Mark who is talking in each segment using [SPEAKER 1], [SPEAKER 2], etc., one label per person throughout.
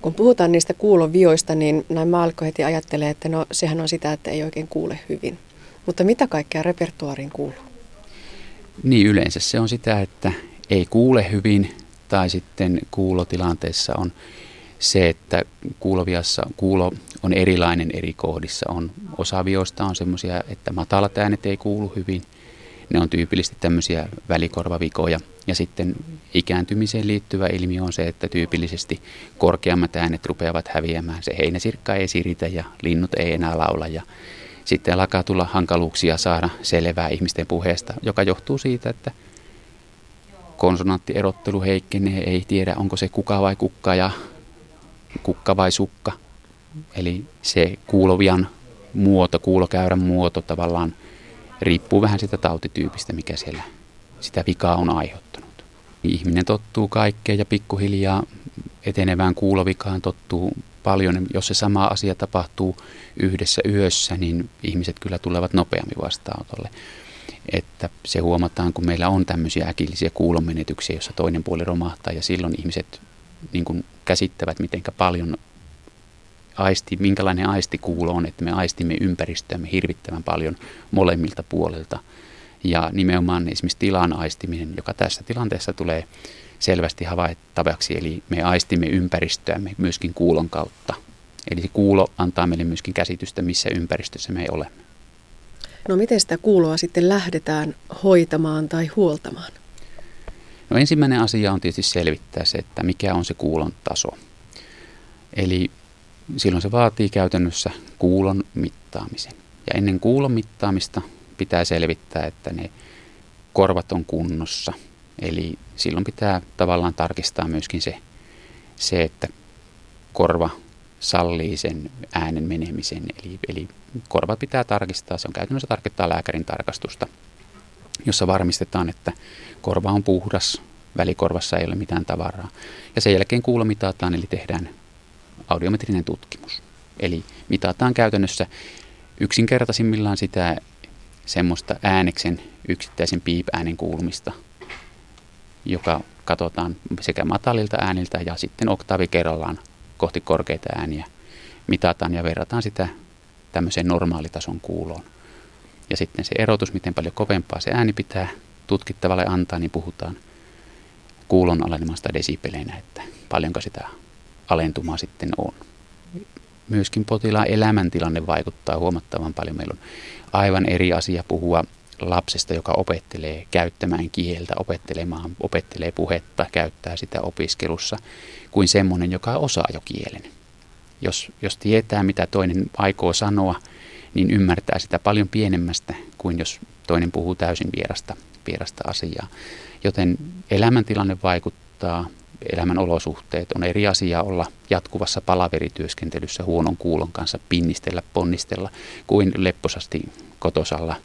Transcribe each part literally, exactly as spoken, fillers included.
[SPEAKER 1] Kun puhutaan niistä kuulovioista, niin näin maallikko heti ajattelee, että no sehän on sitä, että ei oikein kuule hyvin. Mutta mitä kaikkea repertuaariin kuuluu?
[SPEAKER 2] Niin yleensä se on sitä, että ei kuule hyvin tai sitten kuulotilanteessa on se, että kuuloviassa kuulo on erilainen eri kohdissa. On, osa vioista on semmoisia, että matalat äänet ei kuulu hyvin. Ne on tyypillisesti tämmöisiä välikorvavikoja. Ja sitten ikääntymiseen liittyvä ilmiö on se, että tyypillisesti korkeammat äänet rupeavat häviämään. Se heinäsirkka ei siritä ja linnut ei enää laula. Ja sitten alkaa tulla hankaluuksia saada selvää ihmisten puheesta, joka johtuu siitä, että konsonanttierottelu heikkenee. Ei tiedä, onko se kuka vai kukka ja kukka vai sukka. Eli se kuulovian muoto, kuulokäyrän muoto tavallaan riippuu vähän sitä tautityypistä, mikä siellä sitä vikaa on aiheuttanut. Ihminen tottuu kaikkeen ja pikkuhiljaa etenevään kuulovikaan tottuu paljon. Jos se sama asia tapahtuu yhdessä yössä, niin ihmiset kyllä tulevat nopeammin vastaanotolle. Että se huomataan, kun meillä on tämmöisiä äkillisiä kuulonmenetyksiä, jossa toinen puoli romahtaa ja silloin ihmiset niin kuin käsittävät, miten paljon aisti, minkälainen aistikuulo on, että me aistimme ympäristöämme hirvittävän paljon molemmilta puolilta. Ja nimenomaan esimerkiksi tilan aistiminen, joka tässä tilanteessa tulee selvästi havaittavaksi, eli me aistimme ympäristöämme myöskin kuulon kautta. Eli se kuulo antaa meille myöskin käsitystä, missä ympäristössä me olemme.
[SPEAKER 1] No miten sitä kuuloa sitten lähdetään hoitamaan tai huoltamaan?
[SPEAKER 2] No ensimmäinen asia on tietysti selvittää se, että mikä on se kuulon taso. Eli silloin se vaatii käytännössä kuulon mittaamisen. Ja ennen kuulon mittaamista pitää selvittää, että ne korvat on kunnossa. Eli silloin pitää tavallaan tarkistaa myöskin se, se että korva sallii sen äänen menemisen. Eli, eli korvat pitää tarkistaa, se on käytännössä tarkoittaa lääkärin tarkastusta, jossa varmistetaan, että korva on puhdas, välikorvassa ei ole mitään tavaraa. Ja sen jälkeen kuulo mitataan, eli tehdään audiometrinen tutkimus. Eli mitataan käytännössä yksinkertaisimmillaan sitä semmoista ääneksen yksittäisen piip-äänen kuulumista, joka katsotaan sekä matalilta ääniltä ja sitten oktaavi kerrallaan kohti korkeita ääniä. Mitataan ja verrataan sitä tämmöiseen normaalitason kuuloon. Ja sitten se erotus, miten paljon kovempaa se ääni pitää tutkittavalle antaa, niin puhutaan kuulon alenemasta desibeleinä, että paljonko sitä alentumaa sitten on. Myöskin potilaan elämäntilanne vaikuttaa huomattavan paljon. Meillä on aivan eri asia puhua lapsesta, joka opettelee käyttämään kieltä, opettelemaan, opettelee puhetta, käyttää sitä opiskelussa, kuin semmoinen, joka osaa jo kielen. Jos, jos tietää, mitä toinen aikoo sanoa, niin ymmärtää sitä paljon pienemmästä kuin jos toinen puhuu täysin vierasta, vierasta asiaa. Joten elämäntilanne vaikuttaa, elämän olosuhteet on eri asia olla jatkuvassa palaverityöskentelyssä huonon kuulon kanssa, pinnistellä, ponnistella, kuin lepposasti kotosalla,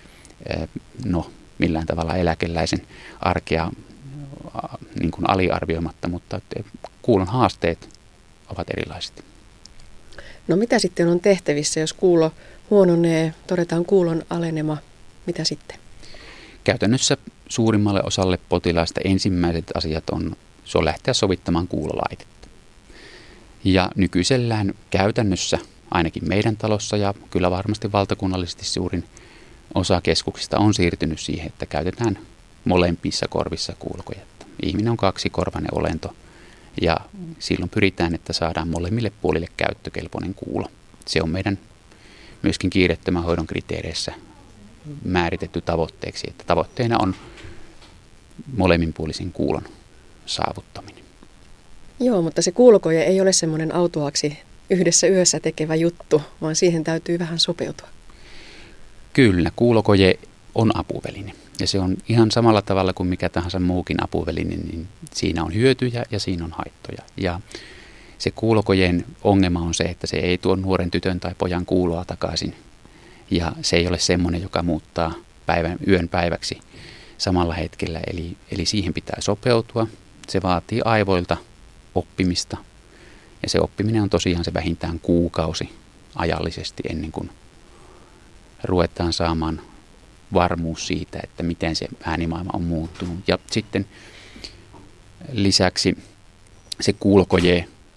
[SPEAKER 2] no millään tavalla eläkeläisen arkea niin kuin aliarvioimatta, mutta kuulon haasteet ovat erilaiset.
[SPEAKER 1] No mitä sitten on tehtävissä, jos kuulo huononee, todetaan kuulon alenema, mitä sitten?
[SPEAKER 2] Käytännössä suurimmalle osalle potilaista ensimmäiset asiat on, se on lähteä sovittamaan kuulolaitetta. Ja nykyisellään käytännössä, ainakin meidän talossa ja kyllä varmasti valtakunnallisesti suurin osa keskuksista on siirtynyt siihen, että käytetään molempissa korvissa kuulokojetta. Ihminen on kaksikorvainen olento ja silloin pyritään, että saadaan molemmille puolille käyttökelpoinen kuulo. Se on meidän myöskin kiireettömän hoidon kriteereissä määritetty tavoitteeksi, että tavoitteena on molemminpuolisen kuulon saavuttaminen.
[SPEAKER 1] Joo, mutta se kuulokoje ei ole semmoinen autuaaksi yhdessä yössä tekevä juttu, vaan siihen täytyy vähän sopeutua.
[SPEAKER 2] Kyllä, kuulokoje on apuväline ja se on ihan samalla tavalla kuin mikä tahansa muukin apuväline, niin siinä on hyötyjä ja siinä on haittoja. Ja se kuulokojen ongelma on se, että se ei tuo nuoren tytön tai pojan kuuloa takaisin ja se ei ole semmoinen, joka muuttaa päivän, yön päiväksi samalla hetkellä. Eli, eli siihen pitää sopeutua. Se vaatii aivoilta oppimista ja se oppiminen on tosiaan se vähintään kuukausi ajallisesti ennen kuin ruvetaan saamaan varmuus siitä, että miten se äänimaailma on muuttunut. Ja sitten lisäksi se kuulokoje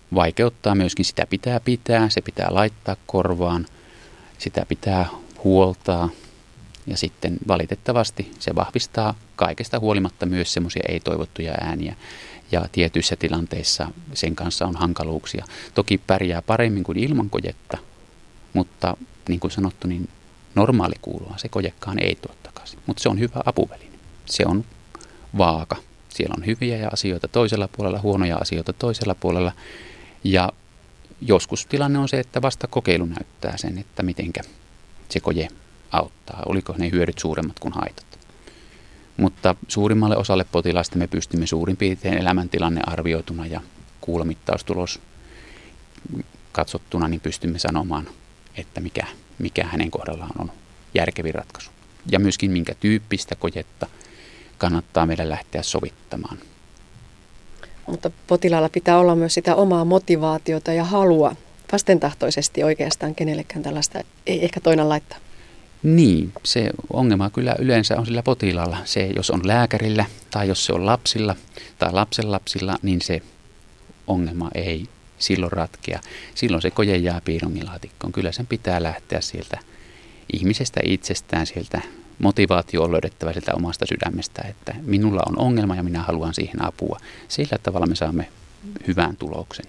[SPEAKER 2] vaikeuttaa myöskin, sitä pitää pitää, se pitää laittaa korvaan, sitä pitää huoltaa ja sitten valitettavasti se vahvistaa kaikesta huolimatta myös semmoisia ei-toivottuja ääniä ja tietyissä tilanteissa sen kanssa on hankaluuksia. Toki pärjää paremmin kuin ilman kojetta, mutta niin kuin sanottu, niin normaali kuuloa se kojekaan ei tuo takaisin, mutta se on hyvä apuväline. Se on vaaka. Siellä on hyviä asioita toisella puolella, huonoja asioita toisella puolella. Ja joskus tilanne on se, että vasta kokeilu näyttää sen, että mitenkä se koje auttaa. Oliko ne hyödyt suuremmat kuin haitat. Mutta suurimmalle osalle potilaista me pystymme suurin piirtein elämäntilanne arvioituna ja kuulomittaustulos katsottuna, niin pystymme sanomaan, että mikä, mikä hänen kohdallaan on järkevin ratkaisu. Ja myöskin minkä tyyppistä kojetta kannattaa meidän lähteä sovittamaan.
[SPEAKER 1] Mutta potilaalla pitää olla myös sitä omaa motivaatiota ja halua. Vastentahtoisesti oikeastaan kenellekään tällaista ei ehkä toinen laittaa.
[SPEAKER 2] Niin, se ongelma kyllä yleensä on sillä potilaalla. Se, jos on lääkärillä tai jos se on lapsilla tai lapsenlapsilla, niin se ongelma ei silloin ratkea. Silloin se koje jää piirongilaatikkoon. Kyllä sen pitää lähteä sieltä ihmisestä itsestään, sieltä motivaatio on löydettävä sieltä omasta sydämestä, että minulla on ongelma ja minä haluan siihen apua. Sillä tavalla me saamme hyvän tuloksen.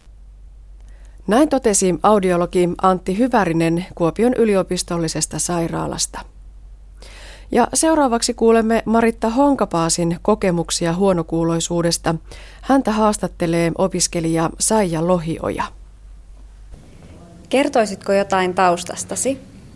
[SPEAKER 1] Näin totesi audiologi Antti Hyvärinen Kuopion yliopistollisesta sairaalasta. Ja seuraavaksi kuulemme Maritta Honkapaasin kokemuksia huonokuuloisuudesta. Häntä haastattelee opiskelija Saija Lohioja.
[SPEAKER 3] Kertoisitko jotain taustastasi?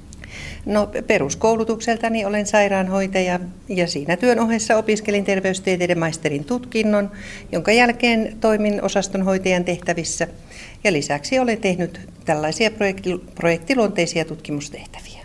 [SPEAKER 4] No, peruskoulutukseltani olen sairaanhoitaja ja siinä työn ohessa opiskelin terveystieteiden maisterin tutkinnon, jonka jälkeen toimin osastonhoitajan tehtävissä ja lisäksi olen tehnyt tällaisia projekti- projektiluonteisia tutkimustehtäviä.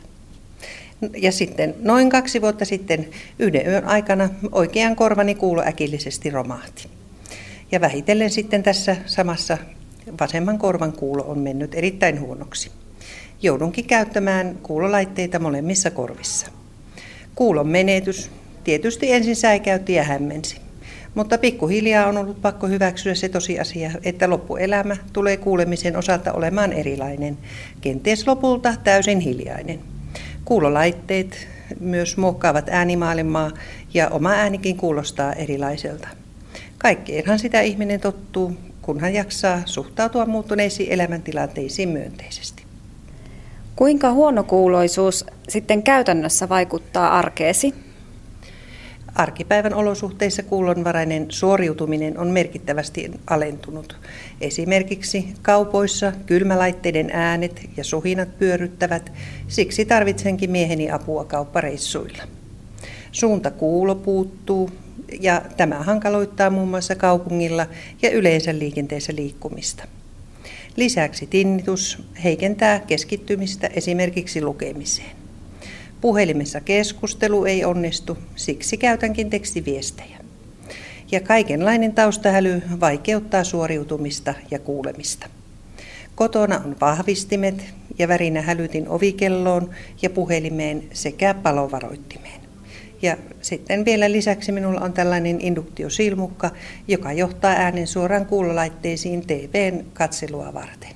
[SPEAKER 4] Ja sitten noin kaksi vuotta sitten yhden yön aikana oikean korvani kuulo äkillisesti romahti. Ja vähitellen sitten tässä samassa vasemman korvan kuulo on mennyt erittäin huonoksi. Joudunkin käyttämään kuulolaitteita molemmissa korvissa. Kuulon menetys tietysti ensin säikäytti ja hämmensi, mutta pikkuhiljaa on ollut pakko hyväksyä se tosiasia, että loppuelämä tulee kuulemisen osalta olemaan erilainen, kenties lopulta täysin hiljainen. Kuulolaitteet myös muokkaavat äänimaailmaa ja oma äänikin kuulostaa erilaiselta. Kaikkeenhan sitä ihminen tottuu, kunhan jaksaa suhtautua muuttuneisiin elämäntilanteisiin myönteisesti.
[SPEAKER 3] Kuinka huonokuuloisuus sitten käytännössä vaikuttaa arkeesi?
[SPEAKER 4] Arkipäivän olosuhteissa kuulonvarainen suoriutuminen on merkittävästi alentunut. Esimerkiksi kaupoissa kylmälaitteiden äänet ja suhinat pyörryttävät, siksi tarvitsenkin mieheni apua kauppareissuilla. Suunta kuulo puuttuu ja tämä hankaloittaa muun muassa kaupungilla ja yleensä liikenteessä liikkumista. Lisäksi tinnitus heikentää keskittymistä esimerkiksi lukemiseen. Puhelimessa keskustelu ei onnistu, siksi käytänkin tekstiviestejä. Ja kaikenlainen taustahäly vaikeuttaa suoriutumista ja kuulemista. Kotona on vahvistimet ja värinähälytin ovikelloon ja puhelimeen sekä palovaroittimeen. Ja sitten vielä lisäksi minulla on tällainen induktiosilmukka, joka johtaa äänen suoraan kuulolaitteisiin T V:n katselua varten.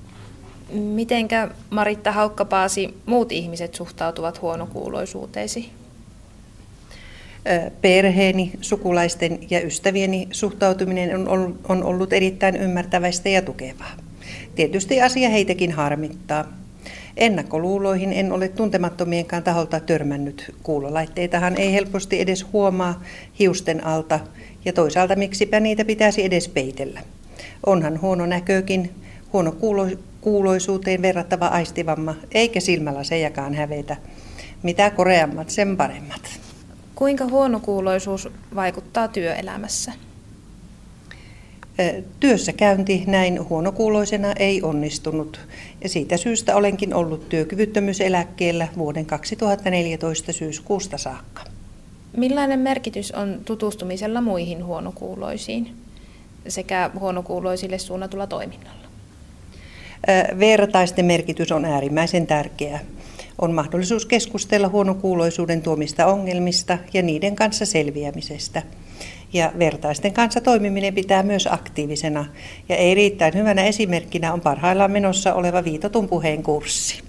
[SPEAKER 3] Mitenkä Maritta Haukkapaasi muut ihmiset suhtautuvat huonokuuloisuuteesi?
[SPEAKER 4] Perheeni, sukulaisten ja ystävieni suhtautuminen on ollut erittäin ymmärtäväistä ja tukevaa. Tietysti asia heitäkin harmittaa. Ennakkoluuloihin en ole tuntemattomienkaan taholta törmännyt. Kuulolaitteitahan ei helposti edes huomaa hiusten alta ja toisaalta miksipä niitä pitäisi edes peitellä. Onhan huono näkökin, huono kuuloisuuteen verrattava aistivamma, eikä silmälasejakaan hävetä. Mitä koreammat, sen paremmat.
[SPEAKER 3] Kuinka huonokuuloisuus vaikuttaa työelämässä?
[SPEAKER 4] Työssäkäynti näin huonokuuloisena ei onnistunut ja siitä syystä olenkin ollut työkyvyttömyyseläkkeellä vuoden kaksituhattaneljätoista syyskuusta saakka.
[SPEAKER 3] Millainen merkitys on tutustumisella muihin huonokuuloisiin sekä huonokuuloisille suunnatulla toiminnalla?
[SPEAKER 4] Vertaisten merkitys on äärimmäisen tärkeä. On mahdollisuus keskustella huonokuuloisuuden tuomista ongelmista ja niiden kanssa selviämisestä. Ja vertaisten kanssa toimiminen pitää myös aktiivisena. Ja ei riittäen hyvänä esimerkkinä on parhaillaan menossa oleva viitotun puheen kurssi.